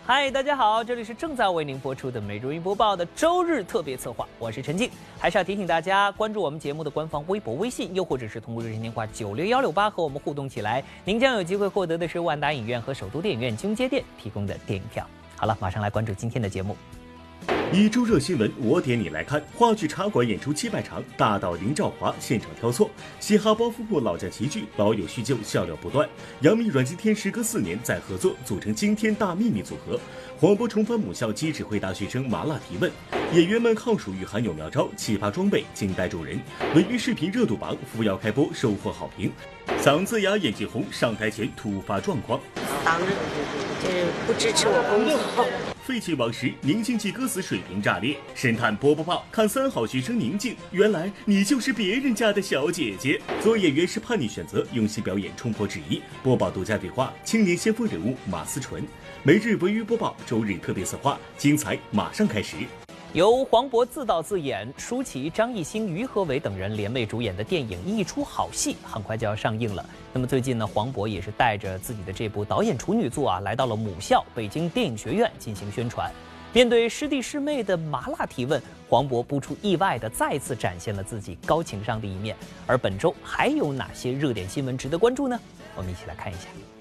嗨，大家好，这里是正在为您播出的每周一播报的周日特别策划，我是陈静。还是要提醒大家关注我们节目的官方微博、微信，又或者是通过热线电话96168和我们互动起来，您将有机会获得的是万达影院和首都电影院金街店提供的电影票。好了，马上来关注今天的节目。 一周热新闻，我点你来看。话剧《茶馆》演出700场，大导林兆华现场挑错，嘻哈包夫铺老将齐聚，老友叙旧，笑料不断。杨幂、阮经天时隔4年再合作，组成惊天大秘密组合。黄渤重返母校，机智回答学生麻辣提问。演员们抗暑御寒有妙招，奇葩装备惊呆众人。文娱视频热度榜，扶摇开播收获好评。嗓子哑，眼睛红，上台前突发状况。 当然，这不支持我工作。 废弃往事，宁静记歌词水平炸裂。神探波波炮看3好学生宁静，原来你就是别人家的小姐姐。做演员是叛逆选择，用心表演冲破质疑。播报独家对话，青年先锋人物马思纯。每日文娱播报，周日特别策划，精彩马上开始。 由黄渤自导自演，舒淇、张艺兴、于和伟等人联袂主演的电影《一出好戏》很快就要上映了。那么最近呢，黄渤也是带着自己的这部导演处女作来到了母校北京电影学院进行宣传。面对师弟师妹的麻辣提问，黄渤不出意外的再次展现了自己高情商的一面。而本周还有哪些热点新闻值得关注呢？我们一起来看一下。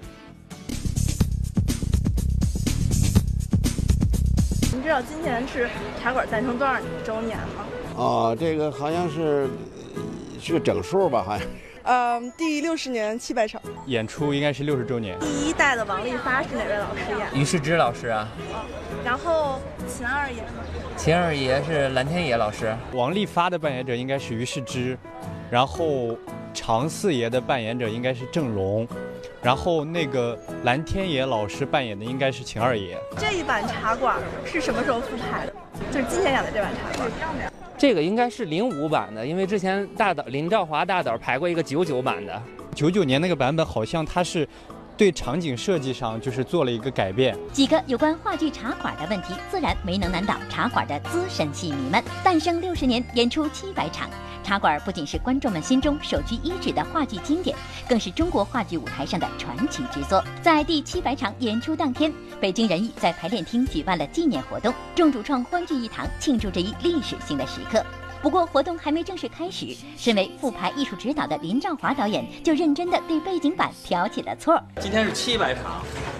你知道今年是茶馆诞生多少周年吗？ 这个好像是个整数吧，好像。 第60年700场， 演出应该是60周年。 第1代的王利发是哪位老师演？ 于世之老师啊。 然后秦二爷呢？ 秦二爷是蓝天野老师。 王利发的扮演者应该是于世之，然后常四爷的扮演者应该是郑龙。然后那个蓝天野老师扮演的应该是秦二爷。 这一版茶馆是什么时候复排的？就是今天演的这版茶馆。 这个应该是05版的，因为之前大导林兆华大导排过一个99版的。 99年那个版本好像他是对场景设计上就是做了一个改变。 几个有关话剧茶馆的问题，自然没能难倒茶馆的资深戏迷们。诞生60年，演出700场。茶馆不仅是观众们心中首屈一指的话剧经典，更是中国话剧舞台上的传奇之作。在第700场演出当天，北京人艺在排练厅举办了纪念活动，众主创欢聚一堂，庆祝这一历史性的时刻。不过活动还没正式开始，身为复排艺术指导的林兆华导演就认真地对背景板挑起了错。 今天是700场，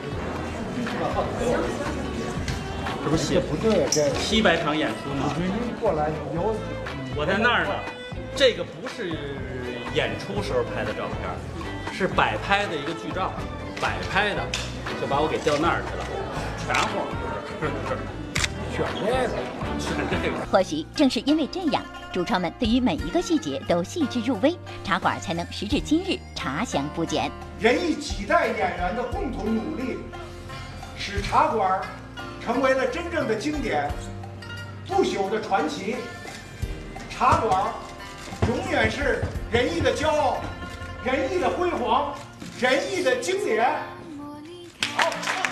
这不写不对，这 700场演出嘛。 过来有， 我在那儿呢。这个不是演出时候拍的照片，是摆拍的一个剧照，摆拍的，就把我给调那儿去了，全乎。选这个。 或许正是因为这样，主创们对于每一个细节都细致入微，茶馆才能时至今日茶香不减。 人艺几代演员的共同努力，使茶馆成为了真正的经典，不朽的传奇。茶馆永远是人艺的骄傲，人艺的辉煌，人艺的经典。好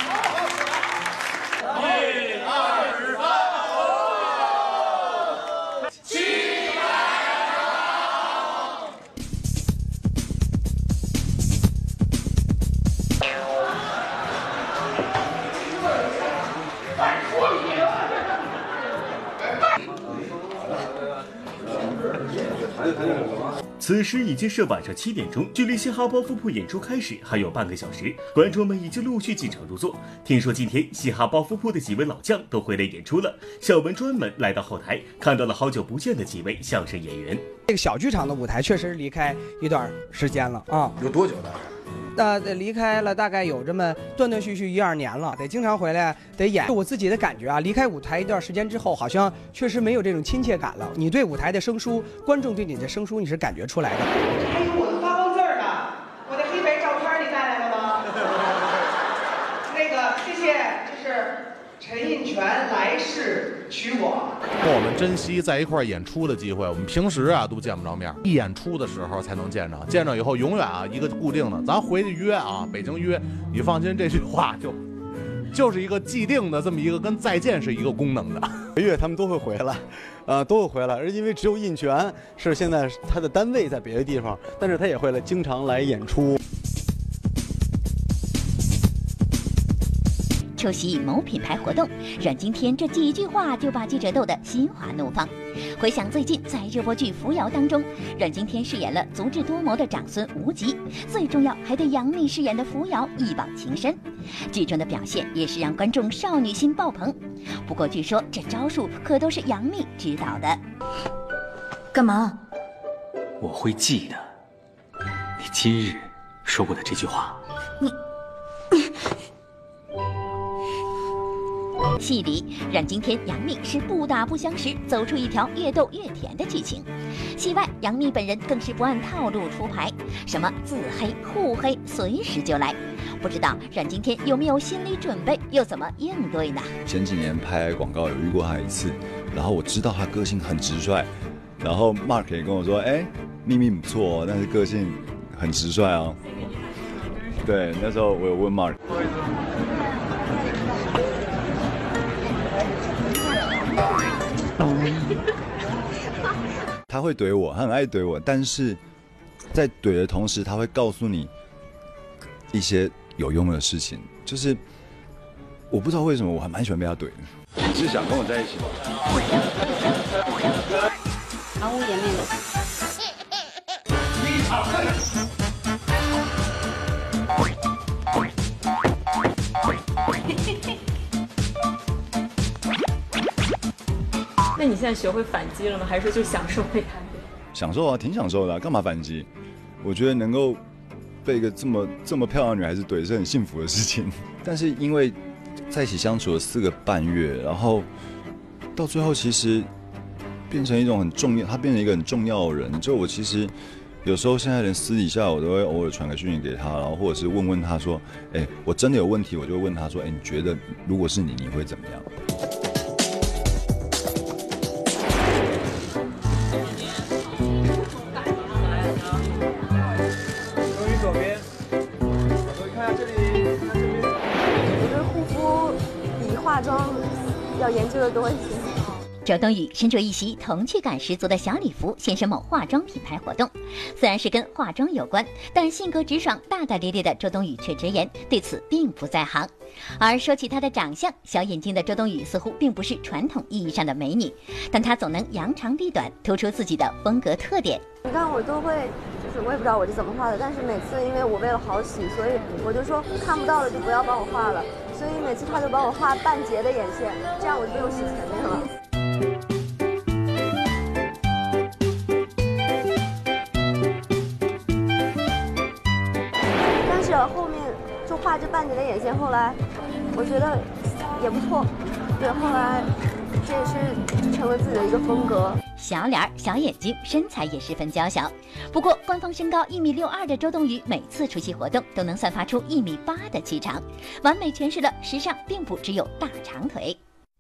，1、2、3。 此时已经是晚上7点钟，距离嘻哈包夫铺演出开始还有半个小时，观众们已经陆续进场入座。听说今天嘻哈包夫铺的几位老将都回来演出了，小文专门来到后台，看到了好久不见的几位相声演员。 这个小剧场的舞台确实离开一段时间了啊， 有多久了？ 离开了大概有这么断断续续1-2年了，得经常回来得演。我自己的感觉啊，离开舞台一段时间之后，好像确实没有这种亲切感了。你对舞台的生疏，观众对你的生疏，你是感觉出来的。 还有我的发光字呢，我的黑白照片你带来了吗？那个，谢谢，这是陈印泉来世娶我。 我们珍惜在一块演出的机会，我们平时啊都见不着面，一演出的时候才能见着，见着以后永远啊一个固定的，咱回去约啊，北京约，你放心，这句话就是一个既定的这么一个跟再见是一个功能的。 月他们都会回来，都会回来，而因为只有印泉是现在他的单位在别的地方，但是他也会经常来演出。 出席某品牌活动，阮经天这几句话就把记者逗得心花怒放。回想最近在热播剧《扶摇》当中，阮经天饰演了足智多谋的长孙无极，最重要还对杨幂饰演的扶摇一往情深。剧中的表现也是让观众少女心爆棚。不过据说这招数可都是杨幂指导的。 干嘛？ 我会记得你今日说过的这句话。 戏里，阮经天、杨幂是不打不相识，走出一条越斗越甜的剧情。戏外，杨幂本人更是不按套路出牌，什么自黑、互黑，随时就来。不知道阮经天有没有心理准备，又怎么应对呢？ 前几年拍广告有遇过他一次，然后我知道他个性很直率，然后 Mark 也跟我说，秘密不错，但是个性很直率哦。对，那时候我有问 Mark。他会怼我，他很爱怼我，但是在怼的同时，他会告诉你一些有用的事情。就是我不知道为什么，我还蛮喜欢被他怼的。你是想跟我在一起吗？ 毫无颜面的。 那你现在学会反击了吗？还是就享受被他？ 享受啊，挺享受的啊，干嘛反击？我觉得能够被一个这么漂亮的女孩子怼是很幸福的事情。但是因为在一起相处了4个半月，然后到最后其实变成一种很重要，他变成一个很重要的人。就我其实有时候现在连私底下我都会偶尔传个讯息给他，然后或者是问他说，我真的有问题，我就会问他说，你觉得如果是你会怎么样？ 化妆要研究的多一些。 周冬雨身着一袭童趣感十足的小礼服现身某化妆品牌活动，虽然是跟化妆有关，但性格直爽、大大咧咧的周冬雨却直言对此并不在行。而说起她的长相，小眼睛的周冬雨似乎并不是传统意义上的美女，但她总能扬长避短，突出自己的风格特点。 你看我都会，就是我也不知道我是怎么画的，但是每次因为我为了好洗，所以我就说看不到了就不要帮我画了，所以每次他就帮我画半截的眼线，这样我就不用洗前面了。但是后面就画这半截的眼线，后来我觉得也不错，对，后来这也是成了自己的一个风格。 小脸、小眼睛，身材也十分娇小。不过，官方身高1.62米的周冬雨，每次出席活动都能散发出1.8米的气场，完美诠释了时尚并不只有大长腿。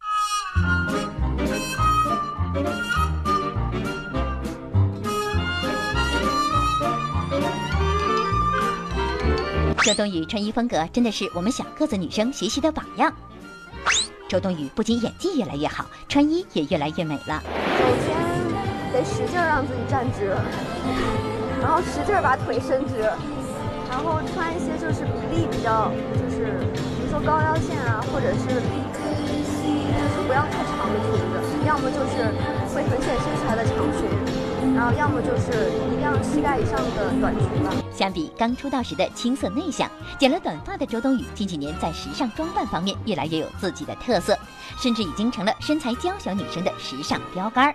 周冬雨穿衣风格真的是我们小个子女生学习的榜样。周冬雨不仅演技越来越好，穿衣也越来越美了。 首先得使劲让自己站直，然后使劲把腿伸直，然后穿一些就是比例比较，就是比如说高腰线啊，或者是不要太长的裙子，要么就是会很显身材的长裙，然后要么就是一定要膝盖以上的短裙吧。 相比刚出道时的青涩内向，剪了短发的周冬雨近几年在时尚装扮方面越来越有自己的特色，甚至已经成了身材娇小女生的时尚标杆。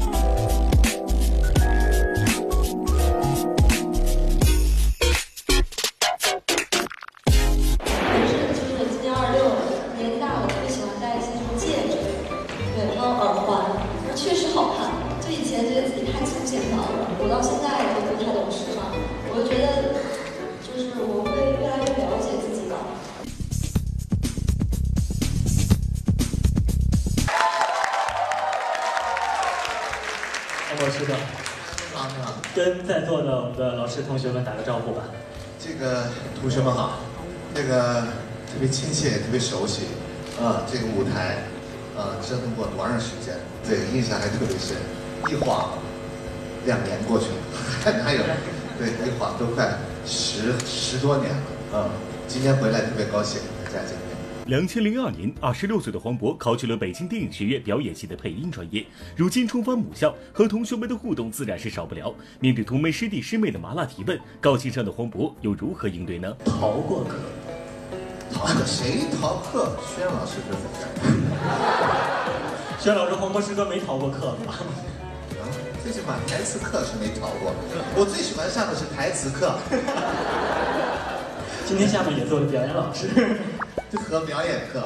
我到现在就不太懂时尚，我就觉得，就是我会越来越了解自己吧。 我是的，跟在座的我们的老师同学们打个招呼吧。 这个同学们好，这个特别亲切，特别熟悉，这个舞台，折腾过多长时间？对，印象还特别深，一晃。2年过去了，哪有？对，一晃都快十多年了。今天回来特别高兴，大家见面。 2002年，26岁的黄渤考取了北京电影学院表演系的配音专业。如今重返母校，和同学们的互动自然是少不了。面对同门师弟师妹的麻辣提问，高情商的黄渤又如何应对呢？ 逃过课，逃课谁逃课？薛老师就在这儿。 薛老师，黄渤师哥没逃过课吧？ 最起码台词课是没逃过。我最喜欢上的是台词课。 今天下面也做了表演老师。 和表演课，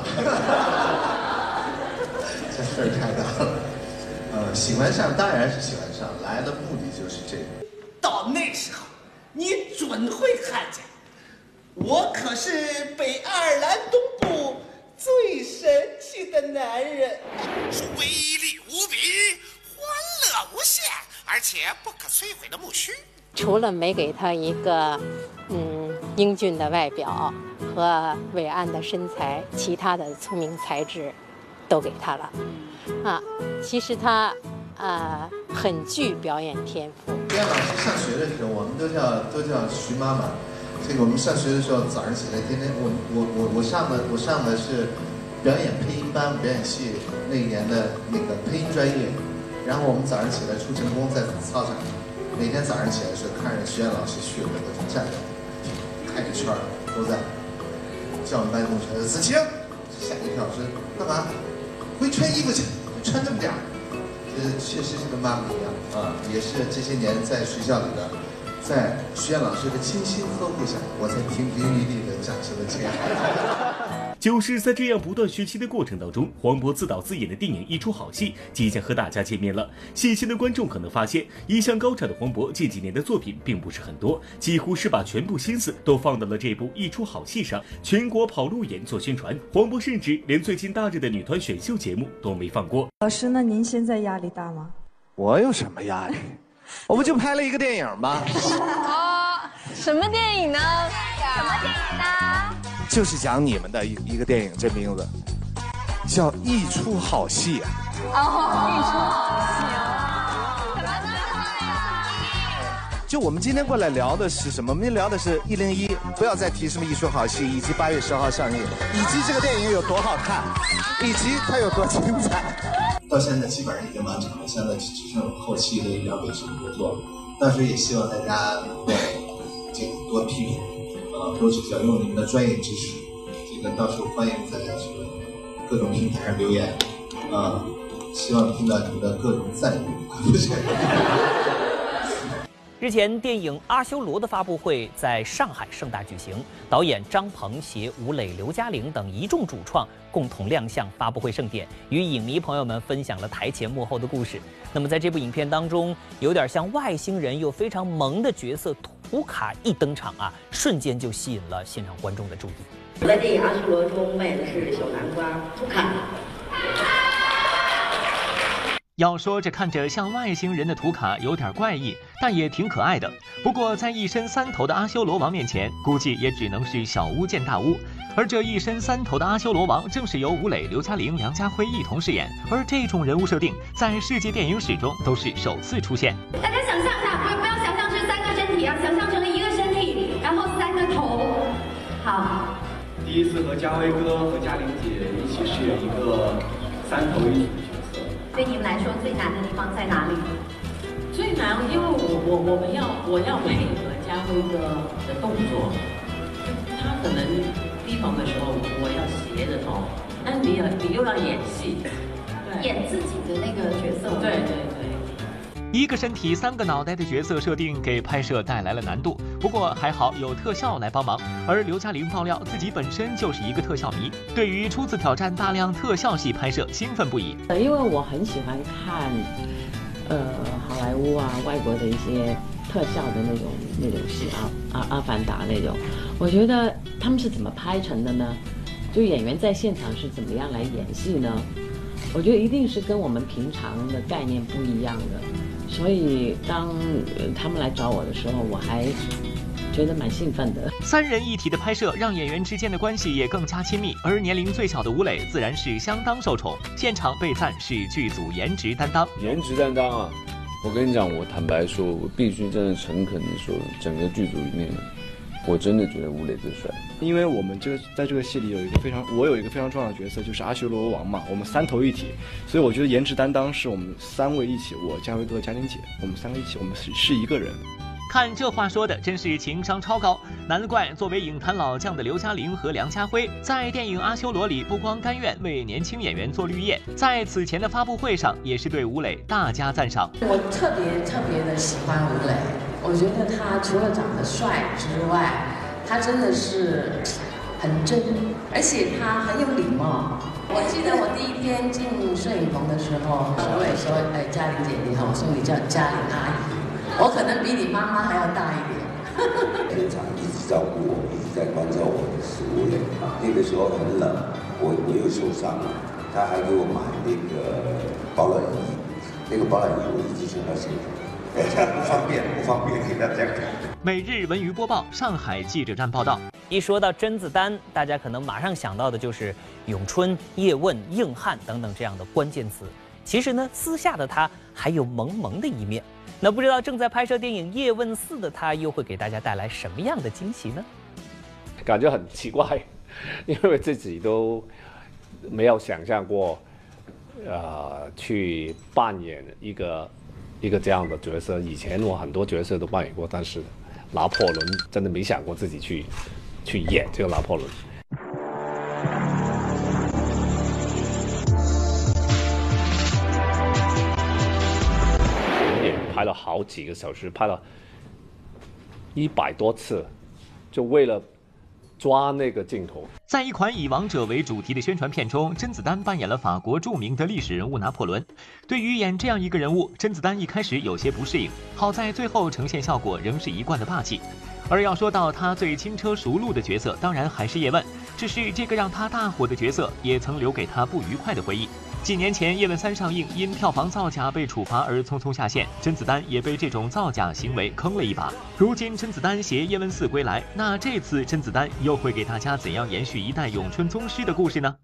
这事儿太大了。喜欢上当然是喜欢上，来的目的就是这个。 到那时候，你准会看见，我可是北爱尔兰东部最神奇的男人， 威力无比，欢乐无限，而且不可摧毁的木须。 除了没给他一个英俊的外表和伟岸的身材，其他的聪明才智都给他了啊。其实他很具表演天赋。 边老师上学的时候，我们都叫徐妈妈。这个我们上学的时候，早上起来天天我上的是表演配音班，表演系那一年的那个配音专业。然后我们早上起来出晨功，在操场。每天早上起来的时候，看着徐岩老师去，我都站着，开一圈都在叫我们班同学子晴，吓一跳，说干嘛？回去穿衣服去，穿这么点儿。这确实是跟妈妈一样啊，也是这些年在学校里边，在徐岩老师的精心呵护下，我才亭亭玉立的长成了这样。 就是在这样不断学习的过程当中，黄渤自导自演的电影一出好戏即将和大家见面了。细心的观众可能发现，一向高产的黄渤近几年的作品并不是很多，几乎是把全部心思都放到了这部一出好戏上，全国跑路演做宣传。黄渤甚至连最近大热的女团选秀节目都没放过。 老师，那您现在压力大吗？ 我有什么压力？我不就拍了一个电影吗？ 哦，什么电影呢？什么电影呢？ 就是讲你们的一个电影，这名字叫《一出好戏》啊。 哦，一出好戏啊！怎么这样呀？ 就我们今天过来聊的是什么？我们聊的是101，不要再提什么一出好戏，以及8月10号上映，以及这个电影有多好看，以及它有多精彩。到现在基本上已经完成了，现在只剩后期的一点尾声工作，但是也希望大家对这个多批评。多指教，用你们的专业知识，这个到时候欢迎大家去各种平台上留言，希望听到你们的各种赞誉。 日前，电影《阿修罗》的发布会在上海盛大举行，导演张鹏携吴磊、刘嘉玲等一众主创共同亮相发布会盛典，与影迷朋友们分享了台前幕后的故事。那么，在这部影片当中，有点像外星人又非常萌的角色图卡一登场啊，瞬间就吸引了现场观众的注意。 我在电影《阿修罗》中扮演的是小南瓜图卡。 要说这看着像外星人的图卡有点怪异，但也挺可爱的。不过在一身3头的阿修罗王面前，估计也只能是小巫见大巫。而这一身3头的阿修罗王，正是由吴磊、刘嘉玲、梁家辉一同饰演。而这种人物设定，在世界电影史中都是首次出现。 大家想象一下，不要想象是3个身体啊，想象成一个身体，然后3个头。好。 第一次和家辉哥和嘉玲姐一起饰演一个3头一组的角色。 对你们来说最难的地方在哪里？ 最难，因为我要配合家辉哥的动作，他可能低头的时候我要斜着头，但你又要演戏， 演自己的那个角色。 对。 一个身体3个脑袋的角色设定给拍摄带来了难度，不过还好有特效来帮忙。而刘嘉玲爆料自己本身就是一个特效迷，对于初次挑战大量特效戏拍摄兴奋不已。 因为我很喜欢看，好莱坞啊，外国的一些特效的那种戏啊，阿凡达那种，我觉得他们是怎么拍成的呢？就演员在现场是怎么样来演戏呢？我觉得一定是跟我们平常的概念不一样的。所以当他们来找我的时候，我还觉得蛮兴奋的。 3人一体的拍摄让演员之间的关系也更加亲密，而年龄最小的吴磊自然是相当受宠，现场被赞是剧组颜值担当。 颜值担当啊！我跟你讲，我坦白说，我必须真的诚恳地说，整个剧组里面， 我真的觉得吴磊最帅。 因为我们在这个戏里我有一个非常重要的角色，就是阿修罗王嘛，我们三头一体，所以我觉得颜值担当是我们3位一起，我嘉威哥、嘉玲姐，我们3个一起，我们是一个人。 看这话说的真是情商超高，难怪作为影坛老将的刘嘉玲和梁家辉在电影《阿修罗》里不光甘愿为年轻演员做绿叶，在此前的发布会上也是对吴磊大加赞赏。 我特别的喜欢吴磊，我觉得他除了长得帅之外，他真的是很真，而且他很有礼貌。我记得我第一天进摄影棚的时候，吴磊说：“哎，嘉玲姐你好，我说你叫嘉玲阿姨。”我可能比你妈妈还要大一点。 平常一直照顾我，一直在关照我的是吴磊。那个时候很冷，我又受伤了，他还给我买那个保暖衣，那个保暖衣我一直穿到现在，这样不方便给大家看。 每日文娱播报，上海记者站报道。 一说到甄子丹，大家可能马上想到的就是咏春、叶问、硬汉等等这样的关键词。其实呢，私下的他还有萌萌的一面。那不知道正在拍摄电影《叶问4》的他，又会给大家带来什么样的惊喜呢？ 感觉很奇怪，因为自己都没有想象过，去扮演一个这样的角色。以前我很多角色都扮演过，但是拿破仑真的没想过自己去演这个拿破仑。拍了好几个小时，拍了100多次，就为了抓那个镜头。 在一款以王者为主题的宣传片中，甄子丹扮演了法国著名的历史人物拿破仑。对于演这样一个人物，甄子丹一开始有些不适应，好在最后呈现效果仍是一贯的霸气。而要说到他最轻车熟路的角色，当然还是叶问。只是这个让他大火的角色，也曾留给他不愉快的回忆。几年前，《叶问3》上映，因票房造假被处罚而匆匆下线，甄子丹也被这种造假行为坑了一把。如今甄子丹携《叶问4》归来，那这次甄子丹又会给大家怎样延续一代咏春宗师的故事呢？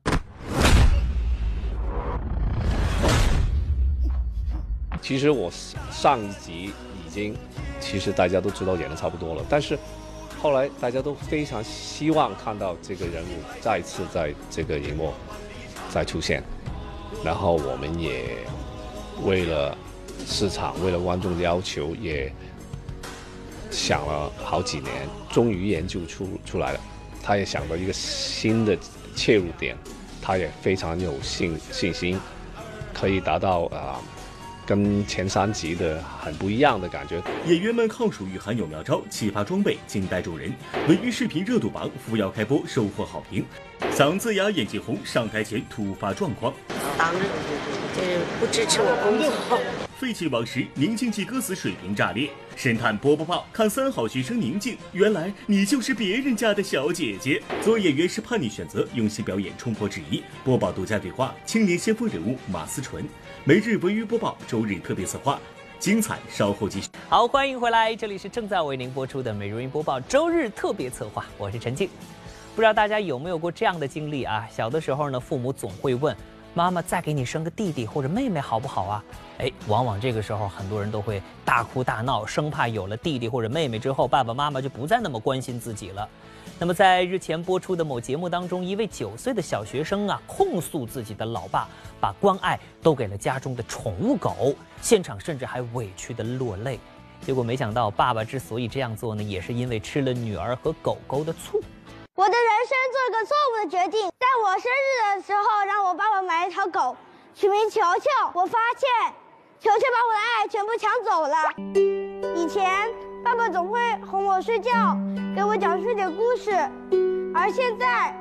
其实我上一集已经，其实大家都知道演得差不多了，但是后来大家都非常希望看到这个人物再次在这个荧幕再出现。然后我们也为了市场，为了观众的要求，也想了好几年，终于研究出来了。他也想到一个新的切入点，他也非常有信心，可以达到跟前3集的很不一样的感觉。 演员们抗暑御寒有妙招，奇葩装备惊呆众人。文娱视频热度榜扶摇开播，收获好评。嗓子哑眼睛红，上台前突发状况。 当然，不支持我工作。 废弃往事，宁静季歌词水平炸裂。神探波波豹看3好学生宁静，原来你就是别人家的小姐姐。做演员是叛逆选择，用心表演冲破质疑。播报独家对话，青年先锋人物马思纯。每日文娱播报周日特别策划，精彩稍后继续。 好，欢迎回来，这里是正在为您播出的每日文娱播报周日特别策划，我是陈静。不知道大家有没有过这样的经历啊？小的时候呢，父母总会问妈妈再给你生个弟弟或者妹妹好不好啊？往往这个时候很多人都会大哭大闹，生怕有了弟弟或者妹妹之后，爸爸妈妈就不再那么关心自己了。那么在日前播出的某节目当中，一位9岁的小学生啊，控诉自己的老爸把关爱都给了家中的宠物狗，现场甚至还委屈的落泪。结果没想到，爸爸之所以这样做呢，也是因为吃了女儿和狗狗的醋。 我的人生做个错误的决定，在我生日的时候，让我爸爸买了一条狗，取名球球。我发现球球把我的爱全部抢走了。以前爸爸总会哄我睡觉，给我讲睡前故事，而现在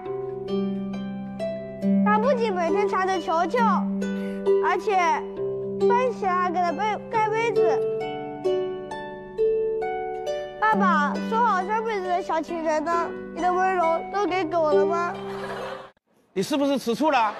他不仅每天缠着球球，而且翻起来给他盖被子。爸爸，说好上辈子的小情人呢？你的温柔都给狗了吗？ 你是不是吃醋了？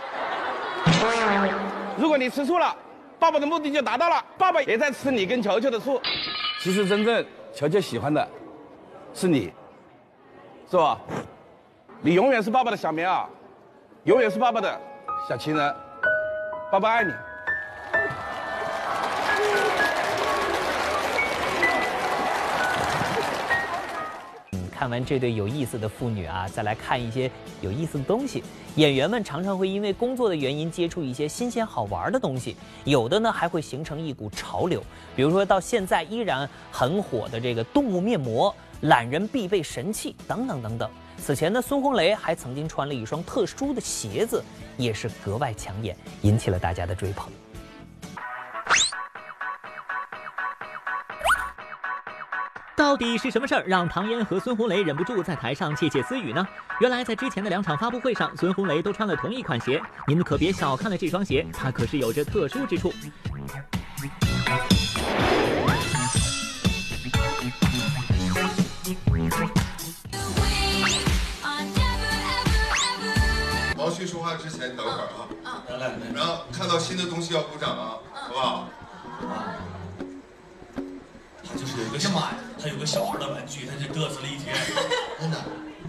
如果你吃醋了，爸爸的目的就达到了。爸爸也在吃你跟球球的醋。其实真正球球喜欢的是你，是吧？你永远是爸爸的小棉袄，永远是爸爸的小情人。爸爸爱你。 看完这对有意思的父女啊，再来看一些有意思的东西。演员们常常会因为工作的原因接触一些新鲜好玩的东西，有的呢还会形成一股潮流。比如说到现在依然很火的这个动物面膜、懒人必备神器等等等等。此前呢，孙红雷还曾经穿了一双特殊的鞋子，也是格外抢眼，引起了大家的追捧。 到底是什么事儿让唐嫣和孙红雷忍不住在台上窃窃私语呢？原来在之前的2场发布会上，孙红雷都穿了同一款鞋。您可别小看了这双鞋，它可是有着特殊之处。 毛旭说话之前等会儿啊，来，然后看到新的东西要鼓掌啊，好不好？ 他就是有一个什么，他有个小孩的玩具，他就嘚瑟了一天，真的。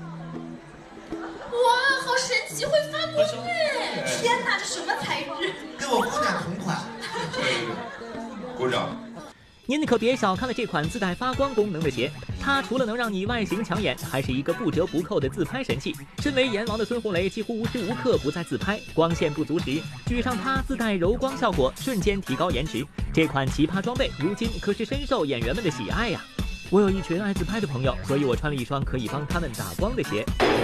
哇，好神奇，会发光哎！天哪，这什么材质？ 跟我姑娘同款。对，鼓掌。 您可别小看了这款自带发光功能的鞋，它除了能让你外形抢眼，还是一个不折不扣的自拍神器。身为阎王的孙红雷几乎无时无刻不在自拍，光线不足时举上它自带柔光效果，瞬间提高颜值。这款奇葩装备如今可是深受演员们的喜爱呀。我有一群爱自拍的朋友，所以我穿了一双可以帮他们打光的鞋。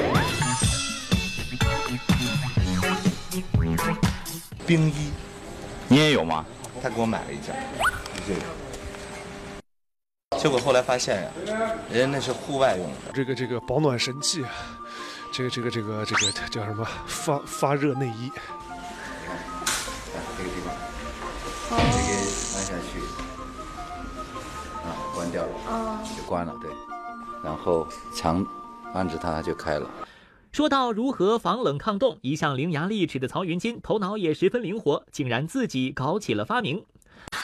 冰衣，你也有吗？他给我买了一件，这个。结果后来发现呀，人家那是户外用的。 这个保暖神器，这个叫什么？发热内衣。 这个地方，这个按下去，关掉了，就关了，对。然后强按着它就开了。 说到如何防冷抗冻，一向伶牙俐齿的曹云金头脑也十分灵活，竟然自己搞起了发明。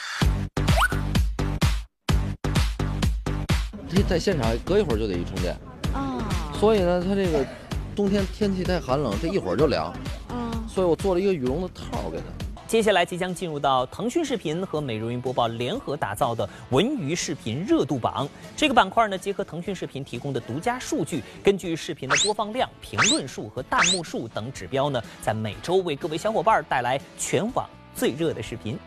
它在现场隔一会儿就得一充电，所以呢，它这个冬天天气太寒冷，这一会儿就凉，所以我做了一个羽绒的套给它。 接下来即将进入到腾讯视频和美如云播报联合打造的文娱视频热度榜。这个板块呢，结合腾讯视频提供的独家数据，根据视频的播放量、评论数和弹幕数等指标呢，在每周为各位小伙伴带来全网最热的视频。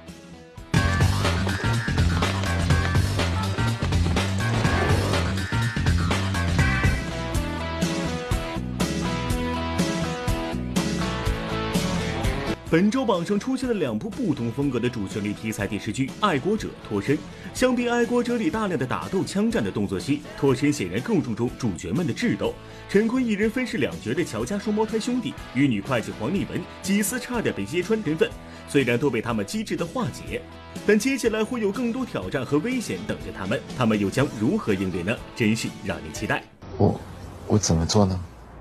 本周榜上出现了2部不同风格的主旋律题材电视剧《爱国者》脱身。相比《爱国者》里大量的打斗枪战的动作戏，脱身显然更注重主角们的智斗。陈坤一人分饰2角的乔家双胞胎兄弟与女会计黄丽文几次差点被揭穿身份，虽然都被他们机智的化解，但接下来会有更多挑战和危险等着他们，他们又将如何应对呢？真是让人期待。 我怎么做呢？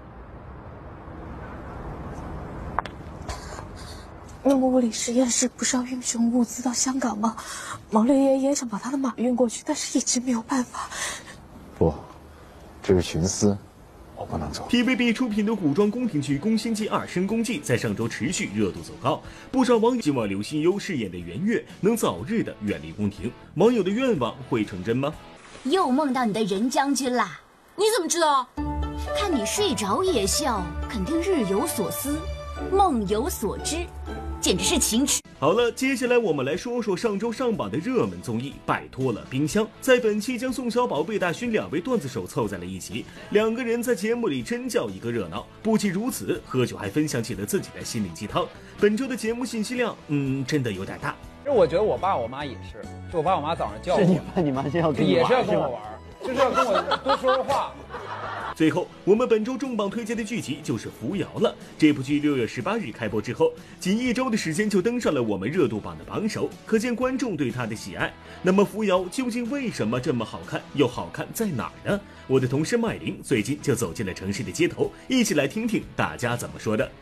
那么物理实验室不是要运送物资到香港吗？毛六爷也想把他的马运过去，但是一直没有办法。 不，这是徇私，我不能走。 TVB 出品的古装宫廷剧《宫心计2深宫记》在上周持续热度走高，不少网友希望刘心悠饰演的圆月能早日的远离宫廷。网友的愿望会成真吗？ 又梦到你的任将军啦？你怎么知道？看你睡着也笑，肯定日有所思，梦有所知。简直是情痴。 好了，接下来我们来说说上周上榜的热门综艺《拜托了冰箱》。在本期将宋小宝、魏大勋2位段子手凑在了一起，2个人在节目里真叫一个热闹。不仅如此，喝酒还分享起了自己的心灵鸡汤。本周的节目信息量，真的有点大。 其实我觉得我爸我妈也是，就我爸我妈早上叫我， 是你爸你妈是要跟你玩， 也是要跟我玩，就是要跟我多说说话。 最后，我们本周重磅推荐的剧集就是《扶摇》了。这部剧6月18日开播之后，仅1周的时间就登上了我们热度榜的榜首，可见观众对它的喜爱。那么，《扶摇》究竟为什么这么好看？又好看在哪儿呢？我的同事麦琳最近就走进了城市的街头，一起来听听大家怎么说的。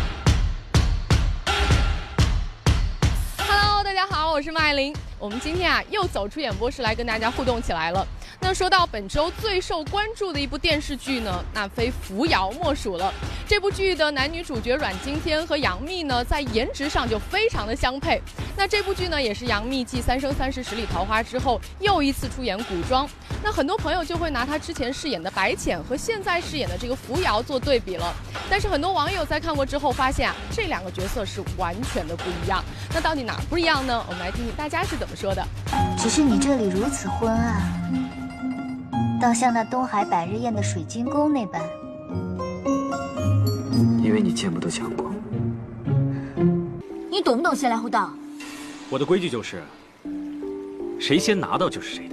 Hello， 大家好，我是麦琳。我们今天又走出演播室来跟大家互动起来了。那说到本周最受关注的一部电视剧呢，那非《扶摇》莫属了。这部剧的男女主角阮经天和杨幂呢，在颜值上就非常的相配。那这部剧呢，也是杨幂继《三生三世十里桃花》之后又一次出演古装。 那很多朋友就会拿他之前饰演的白浅和现在饰演的这个扶摇做对比了。但是很多网友在看过之后发现啊，这两个角色是完全的不一样。那到底哪儿不一样呢？我们来听听大家是怎么说的。 只是你这里如此昏暗，倒像那东海百日宴的水晶宫那般。 因为你见不得强光。 你懂不懂先来后到？ 我的规矩就是，谁先拿到就是谁的。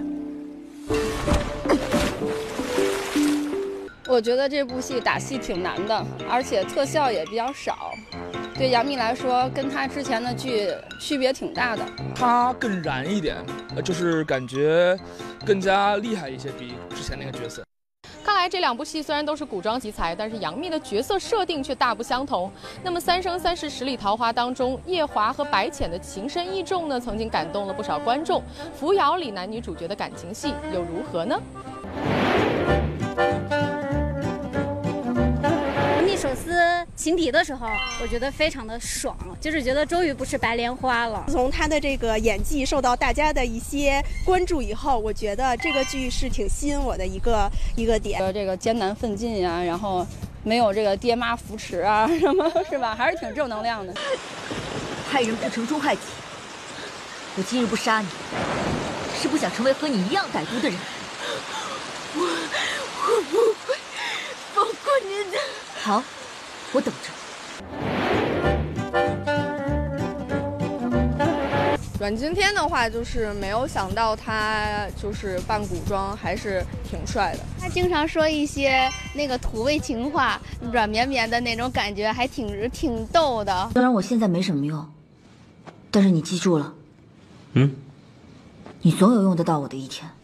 我觉得这部戏打戏挺难的，而且特效也比较少。对杨幂来说，跟她之前的剧区别挺大的。 她更燃一点，就是感觉更加厉害一些，比之前那个角色。 看来这两部戏虽然都是古装题材，但是杨幂的角色设定却大不相同。那么《三生三世十里桃花》当中，夜华和白浅的情深意重呢，曾经感动了不少观众。扶摇里男女主角的感情戏又如何呢？ 手撕情敌的时候，我觉得非常的爽，就是觉得终于不是白莲花了。 从他的这个演技受到大家的一些关注以后，我觉得这个剧是挺吸引我的一个点。 这个艰难奋进呀，然后没有这个爹妈扶持啊，什么是吧？还是挺正能量的。 害人不成终害己。我今日不杀你，是不想成为和你一样歹毒的人。我不会放过你的。好，我等着。 阮经天的话，就是没有想到他就是扮古装还是挺帅的。 他经常说一些那个土味情话，软绵绵的那种感觉，还挺逗的。 虽然我现在没什么用，但是你记住了，你总有用得到我的一天。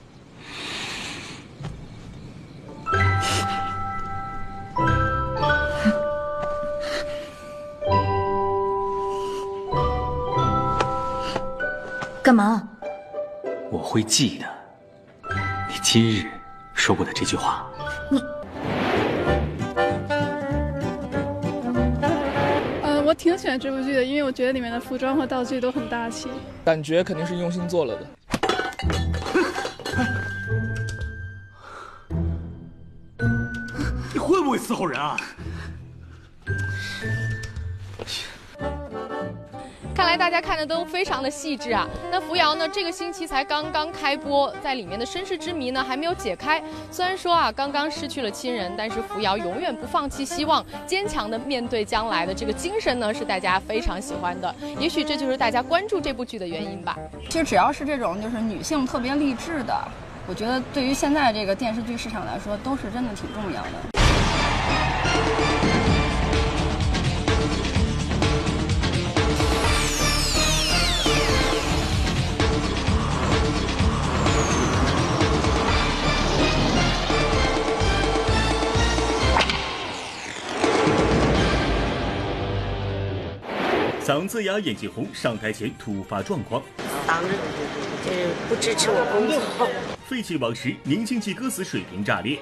干嘛？ 我会记得你今日说过的这句话。 你， 我挺喜欢这部剧的，因为我觉得里面的服装和道具都很大气， 感觉肯定是用心做了的。 你会不会伺候人啊？ 看来大家看的都非常的细致啊。那扶摇呢，这个星期才刚刚开播，在里面的身世之谜呢还没有解开。虽然说啊刚刚失去了亲人，但是扶摇永远不放弃希望，坚强的面对将来的这个精神呢，是大家非常喜欢的。也许这就是大家关注这部剧的原因吧。 其实只要是这种就是女性特别励志的，我觉得对于现在这个电视剧市场来说，都是真的挺重要的。 嗓子哑、眼睛红，上台前突发状况。 嗓子就是不支持我工作。 废弃往事，宁静记歌词水平炸裂。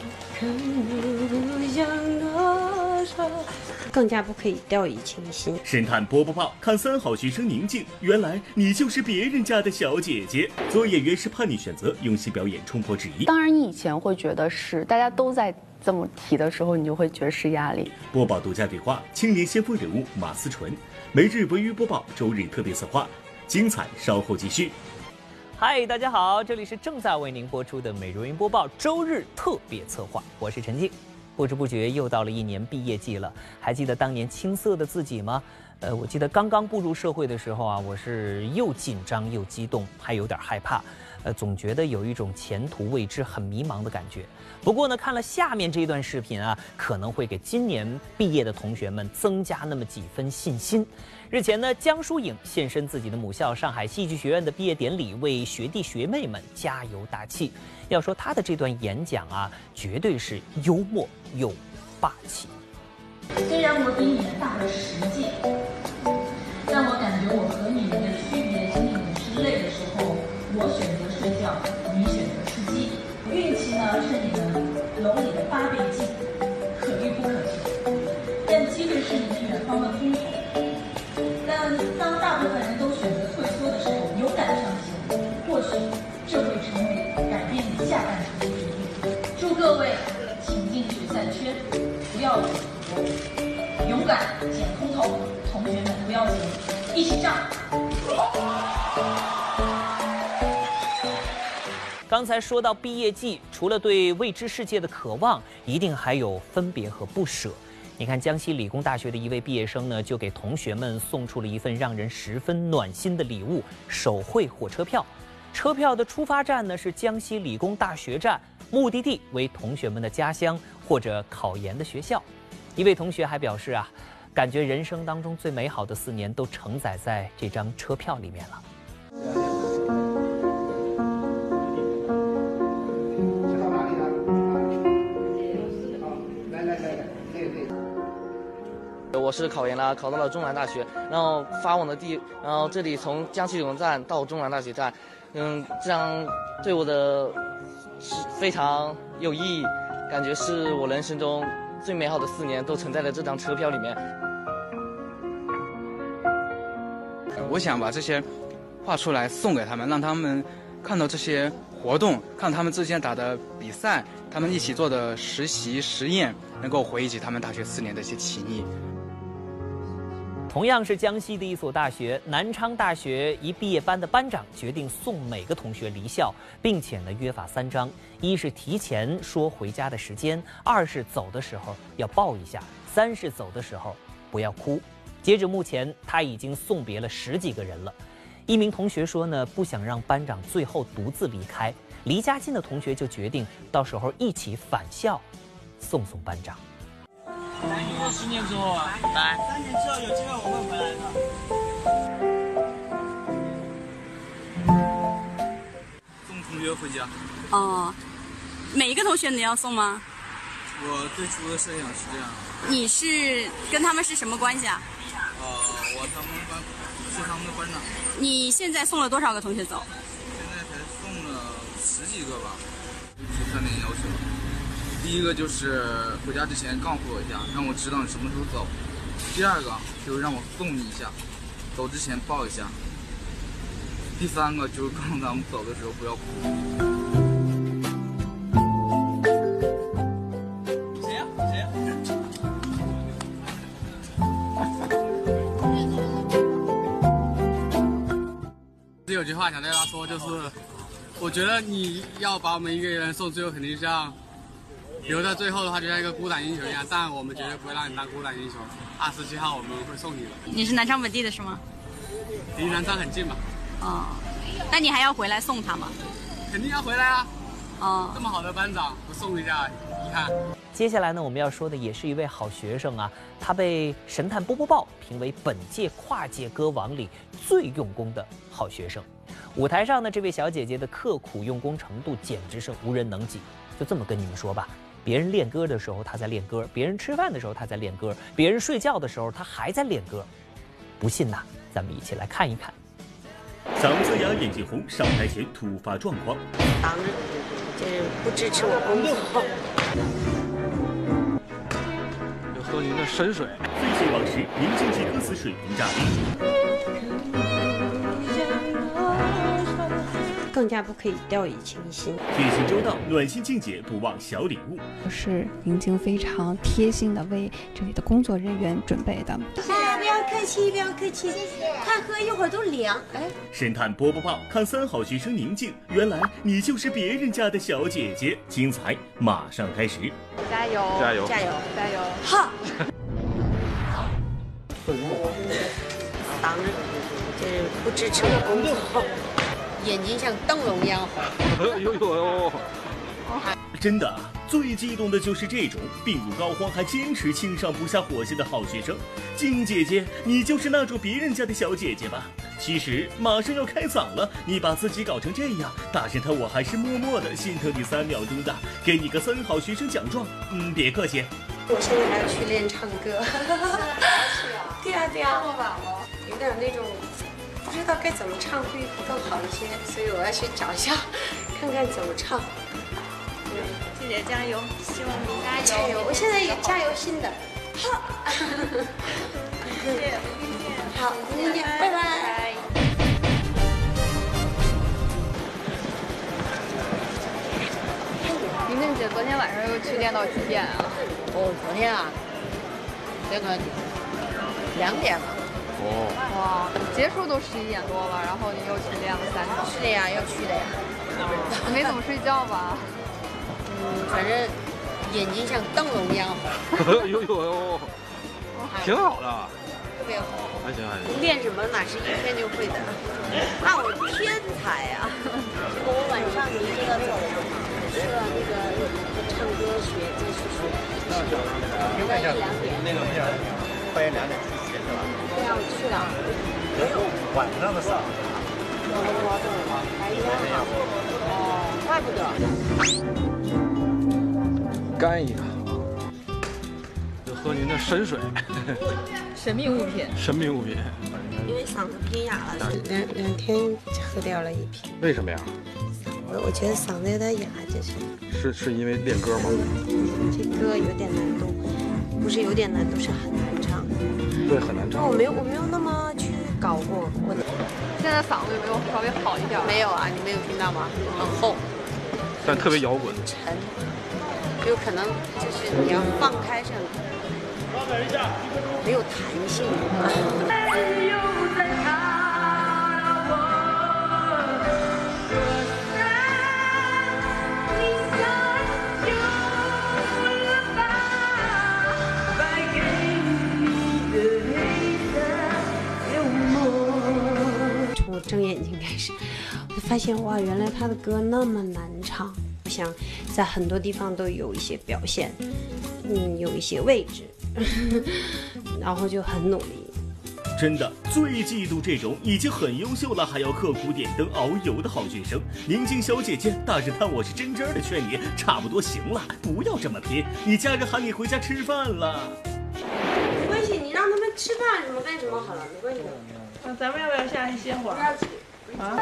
更加不可以掉以轻心。 神探波波豹看3好学生宁静，原来你就是别人家的小姐姐。做演员是叛逆选择，用心表演冲破质疑。 当然，你以前会觉得是，大家都在这么提的时候，你就会觉得是压力。 播报独家对话，青年先锋人物马思纯。每日文娱播报，周日特别策划，精彩稍后继续。 嗨，大家好，这里是正在为您播出的每日文娱播报周日特别策划，我是陈静。不知不觉又到了1年毕业季了，还记得当年青涩的自己吗？我记得刚刚步入社会的时候啊，我是又紧张又激动，还有点害怕，总觉得有一种前途未知、很迷茫的感觉。不过呢，看了下面这一段视频啊，可能会给今年毕业的同学们增加那么几分信心。日前呢，江疏影现身自己的母校上海戏剧学院的毕业典礼，为学弟学妹们加油打气。要说她的这段演讲啊，绝对是幽默又霸气。 虽然我比你们大了10届，但我感觉我和你们的区别仅仅是累的时候，我选择睡觉，你选择吃鸡。运气呢是你们楼里的8倍镜，可遇不可求。但机会是你们远方的通口。但当大部分人都选择退缩的时候，勇敢的上前，或许这会成为改变你请进决赛圈，不要赌博，勇敢捡空投，同学们不要紧，一起上！ 刚才说到毕业季，除了对未知世界的渴望，一定还有分别和不舍。你看，江西理工大学的一位毕业生呢，就给同学们送出了一份让人十分暖心的礼物——手绘火车票。车票的出发站呢是江西理工大学站，目的地为同学们的家乡或者考研的学校。一位同学还表示啊，感觉人生当中最美好的4年都承载在这张车票里面了。 我是考研了，考到了中南大学，然后发往的地，然后这里从江西理工站到中南大学站，这样对我的是非常有意义，感觉是我人生中最美好的4年都存在了这张车票里面。 我想把这些画出来送给他们，让他们看到这些活动，看他们之间打的比赛，他们一起做的实习实验，能够回忆起他们大学4年的一些情谊。 同样是江西的一所大学，南昌大学一毕业班的班长决定送每个同学离校，并且呢约法3章：一是提前说回家的时间；2是走的时候要抱一下；3是走的时候不要哭。截止目前，他已经送别了10几个人了。一名同学说呢，不想让班长最后独自离开，离家近的同学就决定到时候一起返校送班长。 10年之后啊，来3年之后有机会我会回来的。送同学回家。 哦，每一个同学你要送吗？ 我最初的设想是这样。 你是跟他们是什么关系啊？ 他们班是他们的班长。 你现在送了多少个同学走？ 现在才送了10几个吧。提3点要求。第一个就是回家之前告诉我一下，让我知道你什么时候走。第2个就是让我送你一下，走之前抱一下。第3个就是告诉他们走的时候不要哭。谁呀？谁呀？ 有句话想对他说，就是我觉得你要把我们一个人送，最后肯定像留在最后的话，就像一个孤胆英雄一样。但我们绝对不会让你当孤胆英雄。27号我们会送你的。 你是南昌本地的是吗？ 离南昌很近嘛。 哦，那你还要回来送他吗？ 肯定要回来啊。 哦， 这么好的班长不送一下，遗憾。 接下来呢，我们要说的也是一位好学生啊，他被神探波波报评为本届跨界歌王里最用功的好学生。舞台上呢，这位小姐姐的刻苦用功程度简直是无人能及。就这么跟你们说吧，别人练歌的时候她在练歌，别人吃饭的时候她在练歌，别人睡觉的时候她还在练歌。不信呐，咱们一起来看一看。 嗓子哑眼睛红，上台前突发状况， 党就是不支持我工作。 就喝您的神水。 飞行往事，宁静记歌词水平炸裂。 更加不可以掉以轻心。 贴心周到，暖心静姐不忘小礼物。 是宁静非常贴心的为这里的工作人员准备的。 哎，不要客气，不要客气，谢谢。看喝一会儿都凉。哎， 神探波波报看3好学生宁静，原来你就是别人家的小姐姐。精彩马上开始， 加油， 加油， 加油，加油！ 好。 党就是不支持我工作。眼睛像灯笼一样红。 呦呦呦！ 真的，最激动的就是这种病入膏肓还坚持亲上不下火线的好学生。静姐姐，你就是那种别人家的小姐姐吧？其实马上要开嗓了，你把自己搞成这样，大神探我还是默默的心疼你3秒钟的，给你个3好学生奖状。别客气。 我现在还要去练唱歌。对呀对呀，有点那种。不知道该怎么唱会更好一些，所以我要去找一下，看看怎么唱。对， 静姐加油，希望你加油！我现在也加油新的。好， 谢谢，明天见。 好，明天见，拜拜。 宁静姐姐昨天晚上又去练到几点啊？ 哦，昨天啊，练到2点吧。 哦。哇，结束都11点多了，然后你又去练了3场。 是的呀，要去的呀。 你没怎么睡觉吧？ 反正眼睛像灯笼一样红。呦，挺好的。 特别好。 还行。 练什么哪是1天就会的？啊，我天才呀！我晚上你这个走了，是吧？那个唱歌学继续学，学到1、2点。 那个半夜2点去学去了。 对啊，我去了。 没有，晚上的事。 白天好。哦，怪不得。 干一个，就喝您的神水。 神秘物品。 神秘物品。 因为嗓子偏哑了，2天喝掉了1瓶。 为什么呀？ 我觉得嗓子有点哑， 是因为练歌吗？ 这歌有点难度，不是有点难度，是很难唱。 对，很难唱。 我没有那么去搞过。 现在嗓子有没有稍微好一点？ 没有啊，你没有听到吗？很厚， 但特别摇滚。 沉，有可能就是你要放开上，没有弹性。从我睁眼睛开始，我就发现哇，原来他的歌那么难唱。我想在很多地方都有一些表现，有一些位置，然后就很努力。 真的最嫉妒这种已经很优秀了还要刻苦点灯熬油的好学生。宁静小姐姐，大侦探我是真真的劝你，差不多行了，不要这么拼。你家人喊你回家吃饭了。 没关系，你让他们吃饭什么干什么好了，没关系。 那咱们要不要下去歇会儿？啊？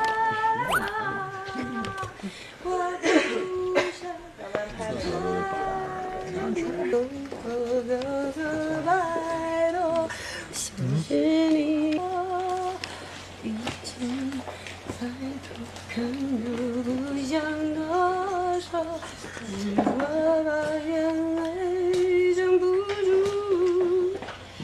是你，已经抬头看到不想多说，我把眼泪忍不住。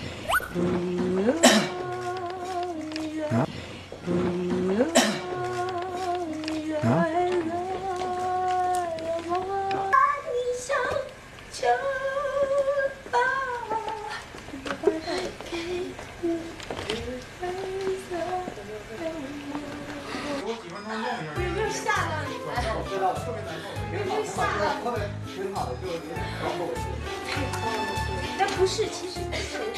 但不是，其实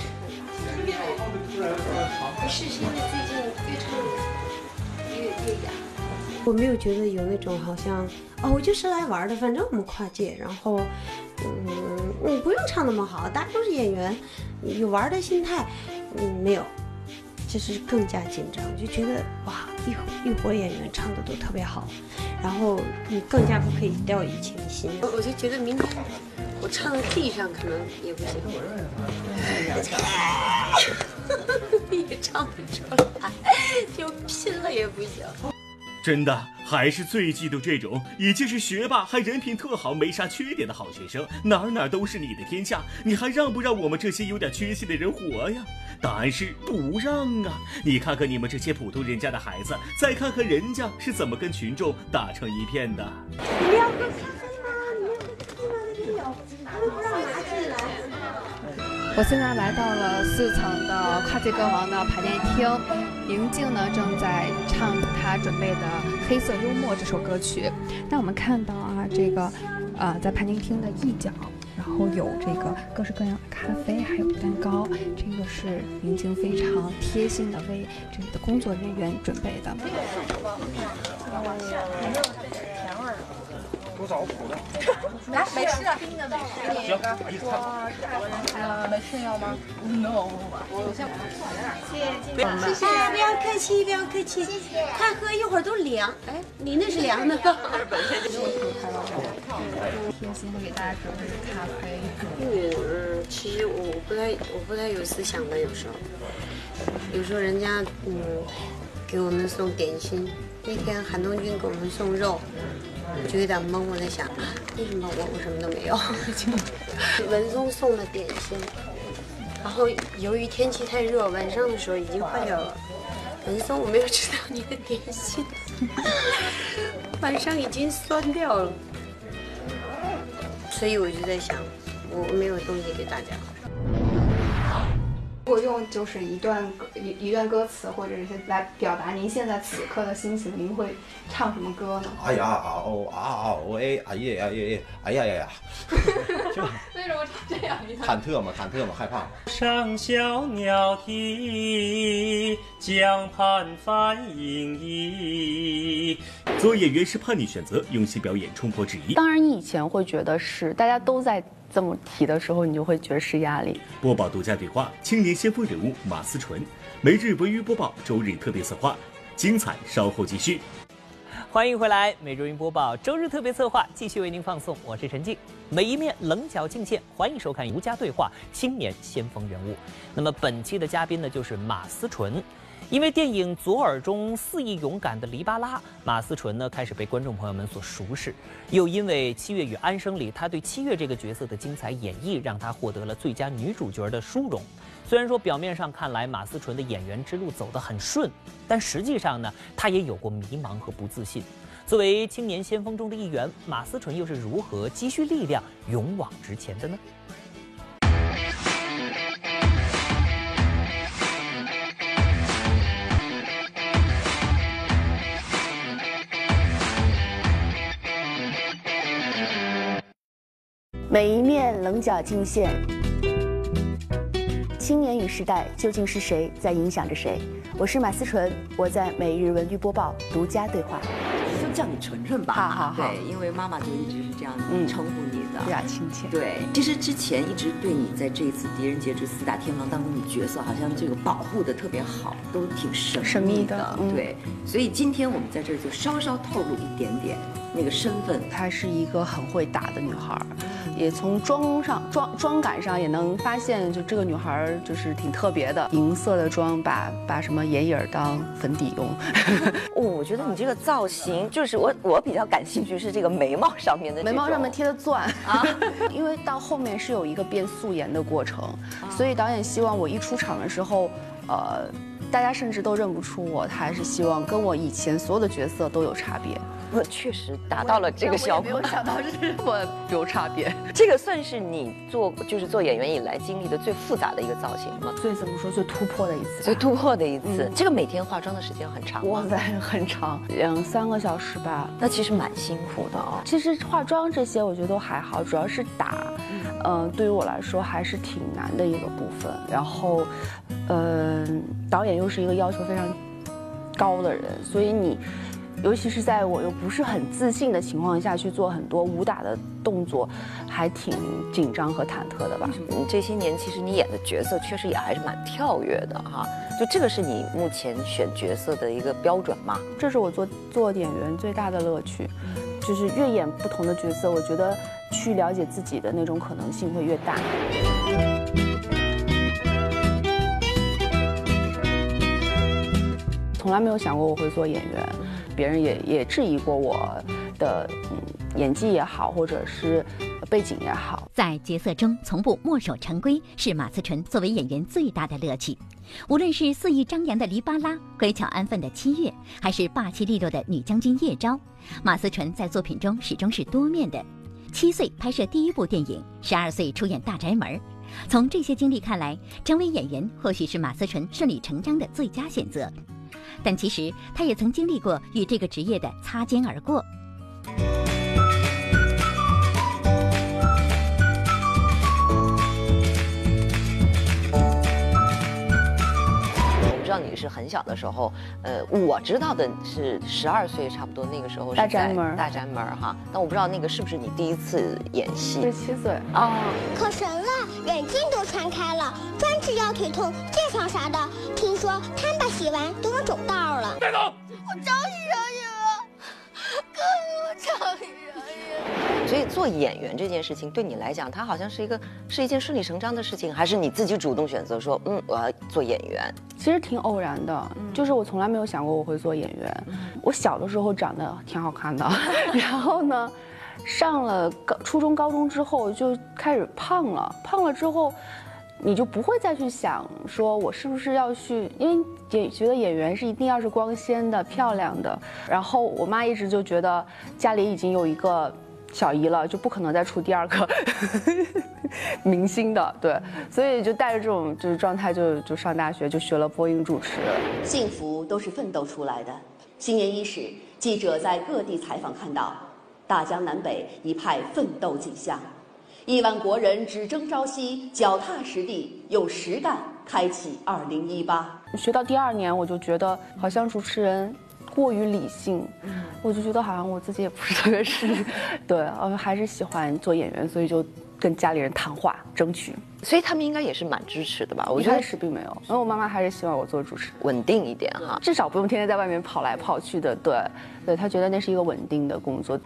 不是，现在最近越唱越哑。我没有觉得有那种好像我就是来玩的，反正我们跨界，然后不用唱那么好，大家都是演员，有玩的心态，没有，就是更加紧张，就觉得哇，一伙演员唱的都特别好，然后你更加不可以掉以轻心。我就觉得明天我唱在地上可能也不行，也唱不出来，就拼了也不行。 真的还是最嫉妒这种已经是学霸还人品特好没啥缺点的好学生，哪都是你的天下，你还让不让我们这些有点缺陷的人活呀？答案是不让啊！你看看你们这些普通人家的孩子，再看看人家是怎么跟群众打成一片的。 你要喝咖啡吗？你要喝咖啡吗？那边有，他们不让拿进来。 我现在来到了4层的跨界歌王的排练厅，宁静呢正在唱她准备的《黑色幽默》这首歌曲。那我们看到啊，这个在排练厅的一角，然后有这个各式各样的咖啡，还有蛋糕，这个是宁静非常贴心的为这里的工作人员准备的。 多少苦的？ 来，没事啊， 行， 没事要吗 ？No， 我先谢谢，不要客气，不要客气，谢谢。快喝，一会儿都凉。哎，你那是凉的。 贴心的给大家准备咖啡。 其实我不太有思想的，有时候人家给我们送点心，那天韩东君给我们送肉。 我就有点懵，我在想，为什么我什么都没有？文松送的点心，然后由于天气太热，晚上的时候已经坏掉了。文松，我没有吃到你的点心，晚上已经酸掉了，所以我就在想，我没有东西给大家。 如果用就是一段歌词或者是来表达您现在此刻的心情，您会唱什么歌呢？ 哎呀啊哦啊啊哦哎哎呀呀呀哎呀呀呀！ 为什么唱这样一段？ 忐忑嘛，害怕。 上小鸟啼，江畔繁影移。 做演员是叛逆选择，用心表演冲破质疑。 当然，你以前会觉得是大家都在这么提的时候，你就会觉得是压力。 播报独家对话，青年先锋人物马思纯，每日文娱播报周日特别策划，精彩稍后继续。 欢迎回来，每周云播报周日特别策划继续为您放送，我是陈静。每一面棱角尽现，欢迎收看独家对话青年先锋人物。那么本期的嘉宾呢，就是马思纯。因为电影《左耳》中肆意勇敢的黎巴拉，马思纯呢开始被观众朋友们所熟识。又因为《七月与安生》里她对七月这个角色的精彩演绎，让她获得了最佳女主角的殊荣。虽然说表面上看来马思纯的演员之路走得很顺，但实际上呢，她也有过迷茫和不自信。作为青年先锋中的一员，马思纯又是如何积蓄力量、勇往直前的呢？ 每一面棱角尽现，青年与时代究竟是谁在影响着谁？我是马思纯，我在每日文娱播报独家对话。 就叫你纯纯吧， 好， 对，因为妈妈就一直是这样称呼你的， 比较亲切。 对，其实之前一直对你在这一次狄仁杰之四大天王当中，你角色好像这个保护的特别好，都挺神秘的，对。所以今天我们在这儿就稍稍透露一点点那个身份。 她是一个很会打的女孩，也从妆感上也能发现，就这个女孩就是挺特别的，银色的妆把什么眼影当粉底用。 我觉得你这个造型。就是我比较感兴趣是这个眉毛上面的， 眉毛上面贴的钻啊，因为到后面是有一个变素颜的过程，所以导演希望我一出场的时候，大家甚至都认不出我，他还是希望跟我以前所有的角色都有差别。 我确实达到了这个效果， 没有想到是这么有差别。 这个算是你做演员以来经历的最复杂的一个造型吗？ 最怎么说最突破的一次？ 最突破的一次。这个每天化妆的时间很长吗？ 哇塞，很长，2-3个小时吧。 那其实蛮辛苦的哦。 其实化妆这些我觉得都还好，主要是打，对于我来说还是挺难的一个部分。然后，导演又是一个要求非常高的人，所以你。尤其是在我又不是很自信的情况下去做很多武打的动作，还挺紧张和忐忑的吧。 这些年其实你演的角色确实也还是蛮跳跃的哈。就这个是你目前选角色的一个标准吗？ 这是我做演员最大的乐趣，就是越演不同的角色，我觉得去了解自己的那种可能性会越大。从来没有想过我会做演员。别人也质疑过我的演技也好，或者是背景也好。 在角色中从不墨守成规，是马思纯作为演员最大的乐趣。无论是肆意张扬的黎巴拉，乖巧安分的七月，还是霸气利落的女将军叶昭，马思纯在作品中始终是多面的。7岁拍摄第一部电影，12岁出演《大宅门》。从这些经历看来，成为演员或许是马思纯顺理成章的最佳选择。但其实他也曾经历过与这个职业的擦肩而过。 我不知道你是很小的时候，我知道的是12岁差不多那个时候是在大宅门哈，但我不知道那个是不是你第一次演戏。 17岁啊， 可神了，眼镜都穿开了，专治腰腿痛、疥疮啥的。听说他们把洗完都能走道了。 带走！ 我找你惹你了，哥，我找你惹你了。 所以做演员这件事情对你来讲，它好像是一件顺理成章的事情，还是你自己主动选择说，我要做演员？ 其实挺偶然的，就是我从来没有想过我会做演员。我小的时候长得挺好看的，然后呢，上了初中、高中之后就开始胖了，胖了之后。你就不会再去想说我是不是要去，因为也觉得演员是一定要是光鲜的、漂亮的。然后我妈一直就觉得家里已经有一个小姨了，就不可能再出第二个明星的，对，所以就带着这种就是状态就上大学，就学了播音主持。 幸福都是奋斗出来的。新年伊始，记者在各地采访看到，大江南北一派奋斗景象。亿万国人只争朝夕，脚踏实地，用实干开启2018。 学到第2年，我就觉得好像主持人过于理性，我就觉得好像我自己也不是特别适应，对，还是喜欢做演员，所以就跟家里人谈话争取。 所以他们应该也是蛮支持的吧？ 我觉得是并没有，因为我妈妈还是希望我做主持， 稳定一点哈， 至少不用天天在外面跑来跑去的。对，她觉得那是一个稳定的工作。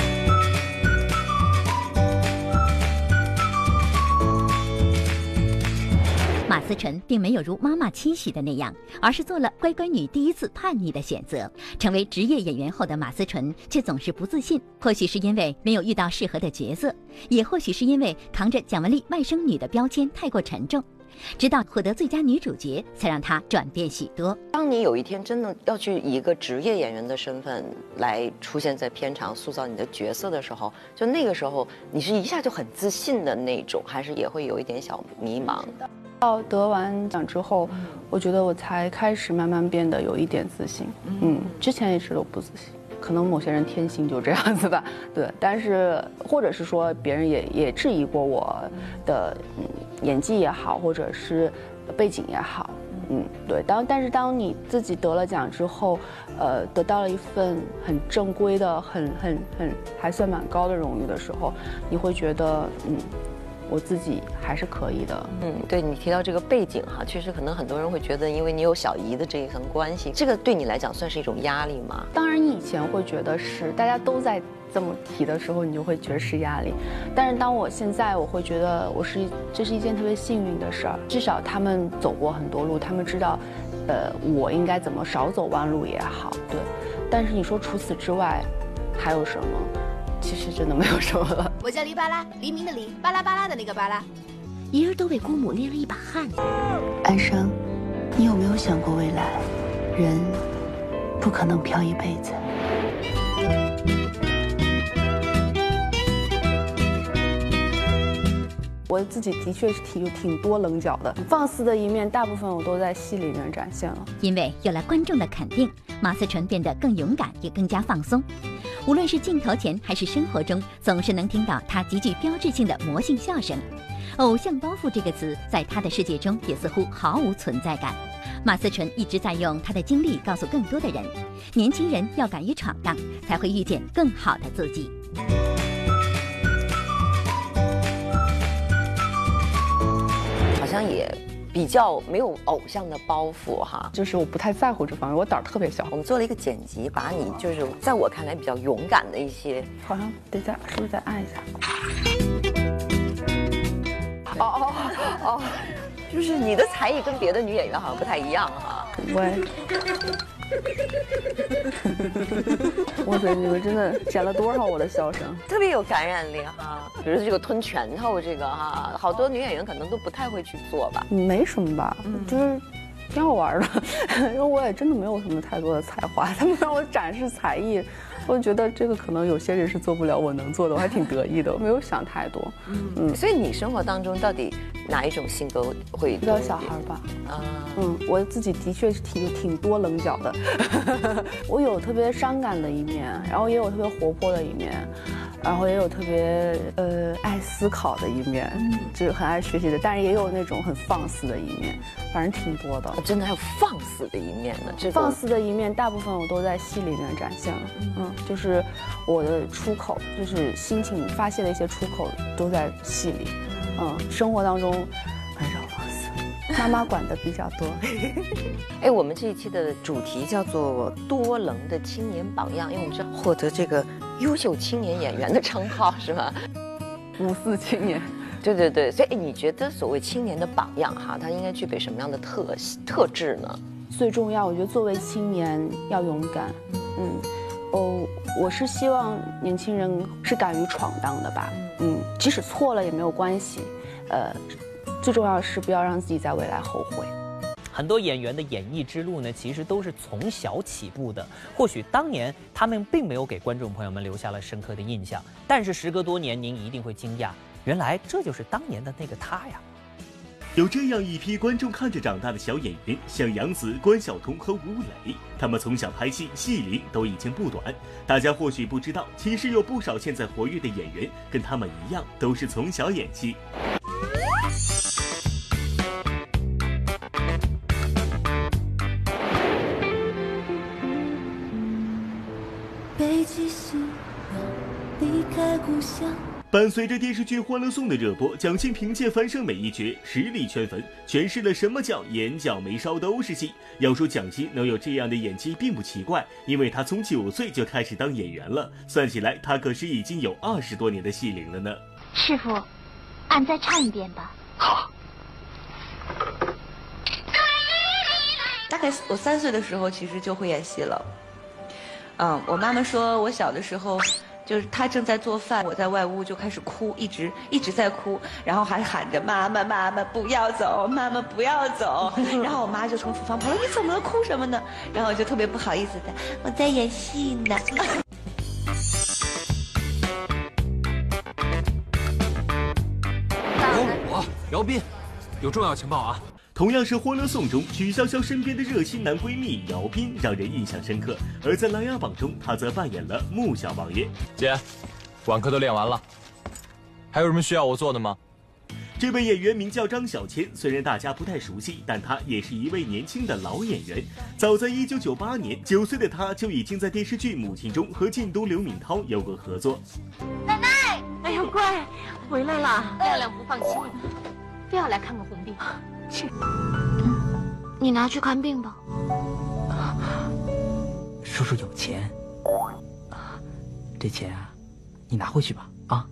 马思纯并没有如妈妈期许的那样，而是做了乖乖女第一次叛逆的选择。成为职业演员后的马思纯却总是不自信，或许是因为没有遇到适合的角色，也或许是因为扛着蒋雯丽外甥女的标签太过沉重。直到获得最佳女主角，才让她转变许多。 当你有一天真的要去以一个职业演员的身份来出现在片场，塑造你的角色的时候，就那个时候你是一下就很自信的那种，还是也会有一点小迷茫？ 到得完奖之后，我觉得我才开始慢慢变得有一点自信。之前一直都不自信，可能某些人天性就这样子吧。对，但是或者是说别人也质疑过我的演技也好，或者是背景也好。对。但是当你自己得了奖之后，得到了一份很正规的、很还算蛮高的荣誉的时候，你会觉得我自己还是可以的。 对，你提到这个背景哈，确实可能很多人会觉得，因为你有小姨的这一层关系，这个对你来讲算是一种压力吗？ 当然，你以前会觉得是，大家都在这么提的时候，你就会觉得是压力。但是当我现在，我会觉得这是一件特别幸运的事儿，至少他们走过很多路，他们知道，我应该怎么少走弯路也好，对。但是你说除此之外，还有什么？其实真的没有什么了。 我叫黎巴拉，黎明的黎，巴拉巴拉的那个巴拉。爷儿都为姑母捏了一把汗。 安生，你有没有想过未来？人不可能飘一辈子。 我自己的确是挺多棱角的，放肆的一面，大部分我都在戏里面展现了。 因为有了观众的肯定，马思纯变得更勇敢，也更加放松。无论是镜头前还是生活中，总是能听到她极具标志性的魔性笑声。偶像包袱这个词，在她的世界中也似乎毫无存在感。马思纯一直在用她的经历告诉更多的人，年轻人要敢于闯荡，才会遇见更好的自己。 好像也比较没有偶像的包袱哈， 就是我不太在乎这方面，我胆儿特别小。 我们做了一个剪辑，把你就是在我看来比较勇敢的一些， 好像是不是再按一下？ 哦，就是你的才艺跟别的女演员好像不太一样哈。 哇塞，你们真的剪了多少我的笑声， 特别有感染力哈。比如这个吞拳头这个哈，好多女演员可能都不太会去做吧。 没什么吧，就是挺好玩的，因为我也真的没有什么太多的才华，他们让我展示才艺，我觉得这个可能有些人是做不了，我能做的，我还挺得意的，我没有想太多。 所以你生活当中到底哪一种性格会比较小孩吧？我自己的确是挺多棱角的，我有特别伤感的一面，然后也有特别活泼的一面，然后也有特别爱思考的一面，就是很爱学习的，但是也有那种很放肆的一面，反正挺多的。 真的还有放肆的一面呢？这放肆的一面，大部分我都在戏里面展现了。就是我的出口，就是心情发泄的一些出口都在戏里。生活当中很少放肆，妈妈管的比较多。 哎，我们这一期的主题叫做多棱的青年榜样，因为我们是获得这个优秀青年演员的称号是吗 ？54青年。 对对，所以你觉得所谓青年的榜样哈，他应该具备什么样的特质呢？ 最重要，我觉得作为青年要勇敢。我是希望年轻人是敢于闯荡的吧。即使错了也没有关系。最重要的是不要让自己在未来后悔。 很多演员的演艺之路呢，其实都是从小起步的。或许当年他们并没有给观众朋友们留下了深刻的印象，但是时隔多年，您一定会惊讶，原来这就是当年的那个他呀。 有这样一批观众看着长大的小演员，像杨紫、关晓彤和吴磊，他们从小拍戏，戏龄都已经不短。大家或许不知道，其实有不少现在活跃的演员跟他们一样，都是从小演戏。 背起行囊，离开故乡。 伴随着电视剧《欢乐颂》的热播，蒋欣凭借翻身每一角实力圈粉，诠释了什么叫眼角眉梢都是戏。要说蒋欣能有这样的演技并不奇怪，因为她从9岁就开始当演员了，算起来她可是已经有20多年的戏龄了呢。 师傅，俺再唱一遍吧。 好。 大概我3岁的时候，其实就会演戏了。我妈妈说我小的时候。就是他正在做饭，我在外屋就开始哭，一直在哭，然后还喊着妈妈妈妈不要走，妈妈不要走。然后我妈就从厨房跑了，你怎么了？哭什么呢？然后我就特别不好意思的，我在演戏呢。 我姚斌，有重要情报啊！ 同样是《欢乐颂》中曲筱绡身边的热心男闺蜜姚斌让人印象深刻，而在《琅琊榜》中，他则扮演了穆小王爷。 姐，晚课都练完了，还有什么需要我做的吗？ 这位演员名叫张小千，虽然大家不太熟悉，但他也是一位年轻的老演员。早在1998年，9岁的他就已经在电视剧《母亲》中和晋都刘敏涛有过合作。 奶奶，哎呀乖，回来了。亮亮不放心你，非要来看个红病。去，你拿去看病吧。 叔叔有钱，这钱啊，你拿回去吧啊。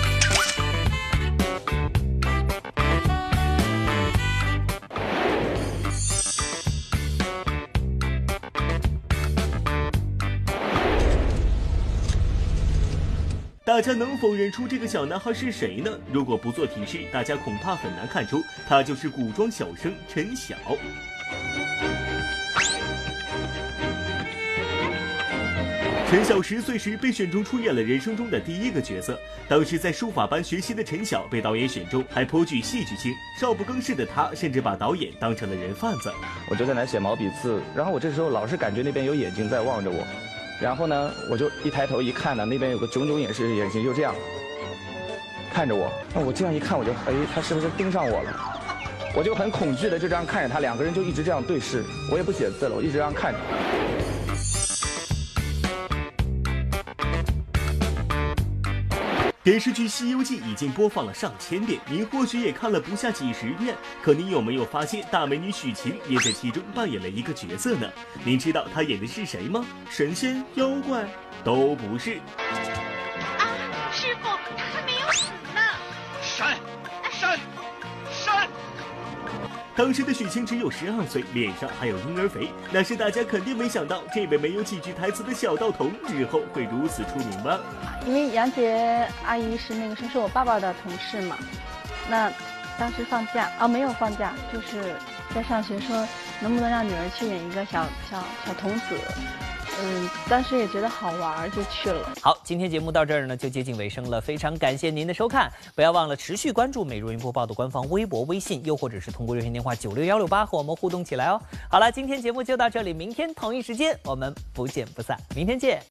大家能否认出这个小男孩是谁呢？如果不做提示，大家恐怕很难看出，他就是古装小生陈晓。陈晓10岁时被选中出演了人生中的第1个角色。当时在书法班学习的陈晓被导演选中，还颇具戏剧性。少不更事的他，甚至把导演当成了人贩子。 我就在那写毛笔字，然后我这时候老是感觉那边有眼睛在望着我。然后呢，我就一抬头一看呢，那边有个炯炯眼视眼睛就这样看着我。那我这样一看，我就他是不是盯上我了？我就很恐惧的就这样看着他，2个人就一直这样对视。我也不写字了，我一直这样看着。 电视剧《西游记》已经播放了上千遍，您或许也看了不下几10遍。可您有没有发现，大美女许晴也在其中扮演了一个角色呢？您知道她演的是谁吗？神仙、妖怪都不是。 啊，师傅，他还没有死呢！ 闪！ 当时的许晴只有12岁，脸上还有婴儿肥，那是大家肯定没想到，这位没有几句台词的小道童日后会如此出名吧？ 因为杨洁阿姨是那个时候是我爸爸的同事嘛，那当时放假没有放假，就是在上学，说能不能让女儿去演一个小童子。当时也觉得好玩，就去了。 好，今天节目到这儿呢，就接近尾声了。非常感谢您的收看，不要忘了持续关注美如云播报的官方微博、微信，又或者是通过热线电话96168和我们互动起来哦。好了，今天节目就到这里，明天同一时间我们不见不散，明天见。